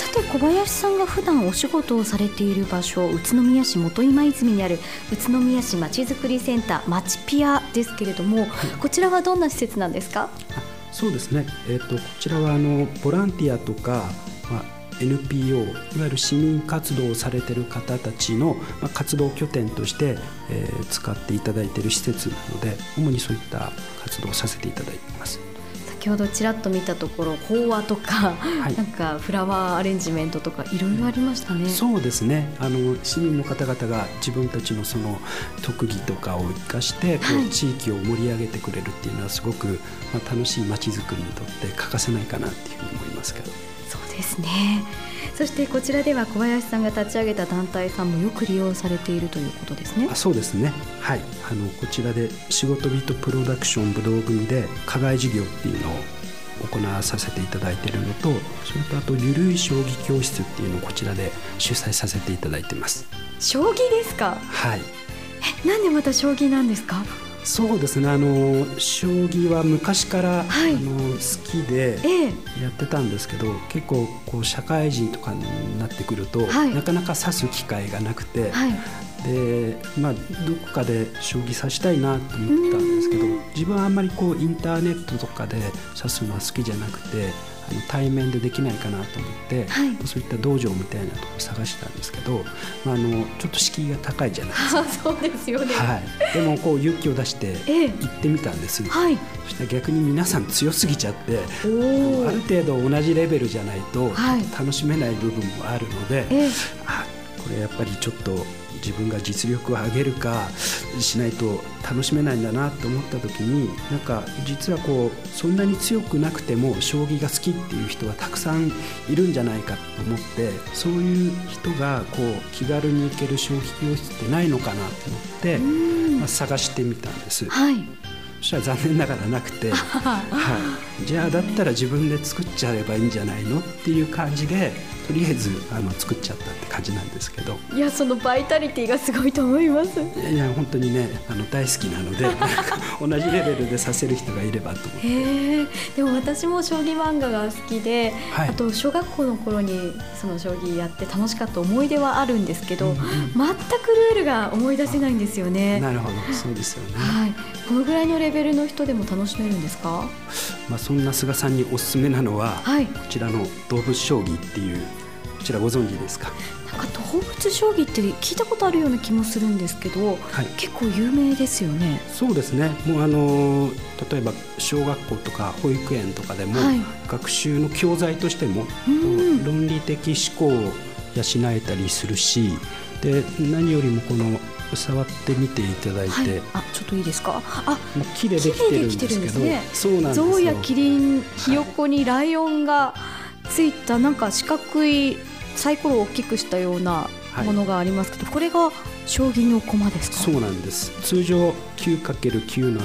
さて小林さんが普段お仕事をされている場所、宇都宮市元今泉にある宇都宮市まちづくりセンターまちピアですけれども、こちらはどんな施設なんですか？ そうですね、こちらはボランティアとか、NPO いわゆる市民活動をされている方たちの、活動拠点として、使っていただいている施設なので、主にそういった活動をさせていただいています。 先ほどちらっと見たところ、法話とか、なんかフラワーアレンジメントとかいろいろありましたね。 そうですね、市民の方々が自分たちのその特技とかを生かして地域を盛り上げてくれるっていうのはすごく、楽しい街づくりにとって欠かせないかなっていうふうに思いますけど。 そうですね。そしてこちらでは小林さんが立ち上げた団体さんもよく利用されているということですね。 そうですね、はい、こちらで仕事人プロダクション武道組で課外事業っていうのを行わさせていただいているのと、それとあとゆるい将棋教室っていうのをこちらで主催させていただいています。 将棋ですか？ はい。 なんでまた将棋なんですか？ そうですね、将棋は昔から、好きでやってたんですけど、結構社会人とかになってくると、なかなか指す機会がなくて、でどこかで将棋指したいなと思ったんですけど、自分はあんまりインターネットとかで指すのは好きじゃなくて、対面でできないかなと思って、そういった道場みたいなところを探したんですけど、ちょっと敷居が高いじゃないですか。 そうですよね、 でも勇気を出して行ってみたんです、そしたら逆に皆さん強すぎちゃって、ある程度同じレベルじゃないと楽しめない部分もあるので、これやっぱりちょっと自分が実力を上げるかしないと楽しめないんだなと思った時に、なんか実はそんなに強くなくても将棋が好きっていう人はたくさんいるんじゃないかと思って、そういう人が気軽に行ける将棋教室ってないのかなと思って、探してみたんです。そしたら残念ながらなくて、じゃあだったら自分で作っちゃえばいいんじゃないのっていう感じで、とりあえず作っちゃったって感じなんですけど。 いや、そのバイタリティがすごいと思います。 いや本当にね、大好きなので同じレベルでさせる人がいればと思って。 でも私も将棋漫画が好きで、あと小学校の頃にその将棋やって楽しかった思い出はあるんですけど、全くルールが思い出せないんですよね。 なるほど、そうですよね。 このぐらいのレベルの人でも楽しめるんですか？ そんな菅さんにおすすめなのは、こちらの動物将棋っていう、こちらご存知ですか？ なんか動物将棋って聞いたことあるような気もするんですけど、結構有名ですよね。 そうですね、もう例えば小学校とか保育園とかでも、学習の教材としても、論理的思考を養えたりするし、で何よりも触ってみていただいて、 ちょっといいですか？ 木でできてるんですけど、そうなんですよ。 象やキリン、ひよこにライオンがついた、なんか四角いサイコロを大きくしたようなものがありますけど、これが将棋の駒ですか？ そうなんです。通常 9×9 の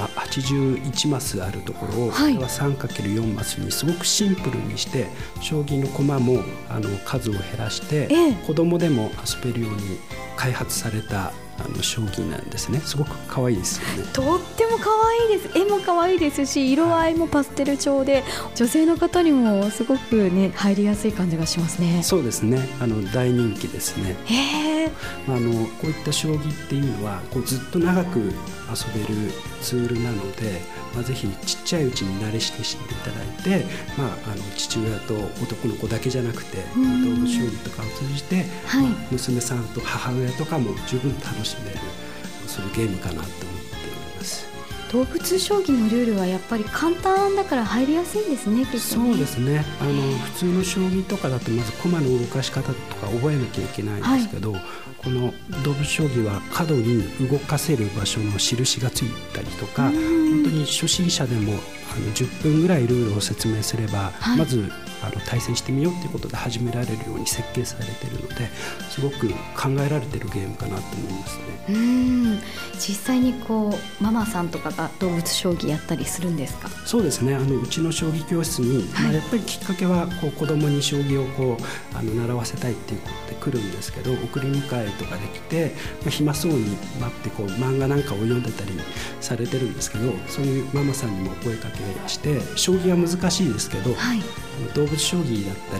81マスあるところを、これは 3×4 マスにすごくシンプルにして、将棋の駒も数を減らして、子供でも遊べるように開発された将棋なんですね。すごく可愛いですよね。 とっても可愛いです。絵も可愛いですし、色合いもパステル調で、女性の方にもすごくね、入りやすい感じがしますね。 そうですね、大人気ですね。こういった将棋っていうのはずっと長く遊べるツールなので、ぜひちっちゃいうちに慣れして知っていただいて、父親と男の子だけじゃなくて、動物将棋とかを通じて、娘さんと母親とかも十分楽しめる、そういうゲームかなと思っております。 動物将棋のルールはやっぱり簡単だから入りやすいんですね、きっとね。 そうですね、普通の将棋とかだとまず駒の動かし方とか覚えなきゃいけないんですけど、この動物将棋は角に動かせる場所の印がついたりとか、本当に初心者でも10分ぐらいルールを説明すれば、まず対戦してみようということで始められるように設計されているので、すごく考えられているゲームかなと思いますね。 実際にママさんとかが動物将棋やったりするんですか？ そうですね、うちの将棋教室に、やっぱりきっかけは子供に将棋を習わせたいっていうことで来るんですけど、送り迎えとかできて、暇そうに待って漫画なんかを読んでたりされてるんですけど、そういうママさんにも声かけして、将棋は難しいですけど、動物将棋だったら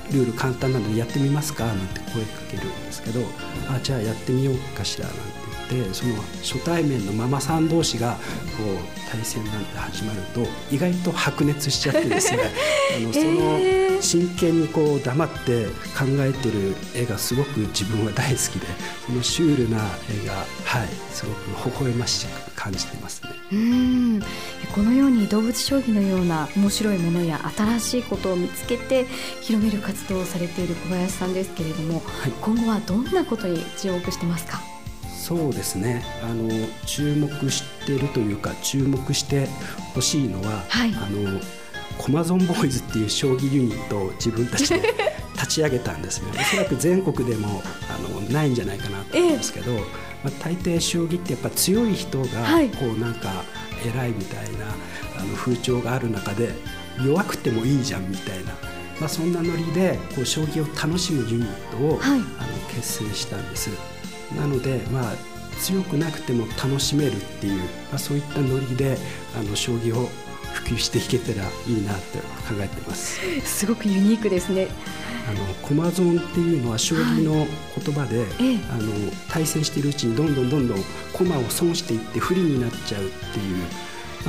ルール簡単なのでやってみますかなんて声かけるんですけど、じゃあやってみようかしらなんて言って、その初対面のママさん同士がこう対戦なんて始まると意外と白熱しちゃってですねその真剣にこう黙って考えてる絵がすごく自分は大好きで、そのシュールな絵が、すごく微笑ましく感じてますね。 このように動物将棋のような面白いものや新しいことを見つけて広める活動をされている小林さんですけれども、今後はどんなことに注目してますか？ そうですね、注目しているというか注目してほしいのは、コマゾンボーイズっていう将棋ユニットを自分たちで立ち上げたんですね。おそらく全国でもないんじゃないかなと思うんですけど、大抵将棋ってやっぱ強い人がこうなんか偉いみたいな風潮がある中で、弱くてもいいじゃんみたいな、そんなノリでこう将棋を楽しむユニットを、結成したんです。なので、強くなくても楽しめるっていう、そういったノリで将棋を普及していけたらいいなと考えています。 すごくユニークですね。 コマゾンっていうのは将棋の言葉で、対戦しているうちにどんどん駒を損していって不利になっちゃうっていう、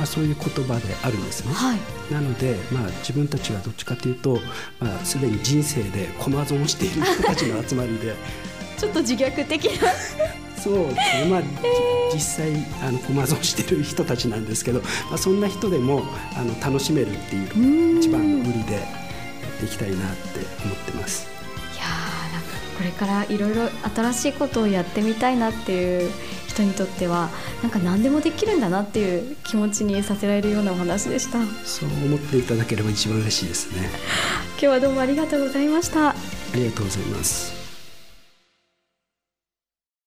そういう言葉であるんですね。なので、自分たちはどっちかというと、すでに人生でコマゾンしている人たちの集まりでちょっと自虐的なそうですね、実際コマゾンしてる人たちなんですけど、そんな人でも楽しめるっていう一番の売りでやっていきたいなって思ってます。 いやー、なんかこれからいろいろ新しいことをやってみたいなっていう人にとっては、なんか何でもできるんだなっていう気持ちにさせられるようなお話でした。 そう思っていただければ一番嬉しいですね。 今日はどうもありがとうございました。 ありがとうございます。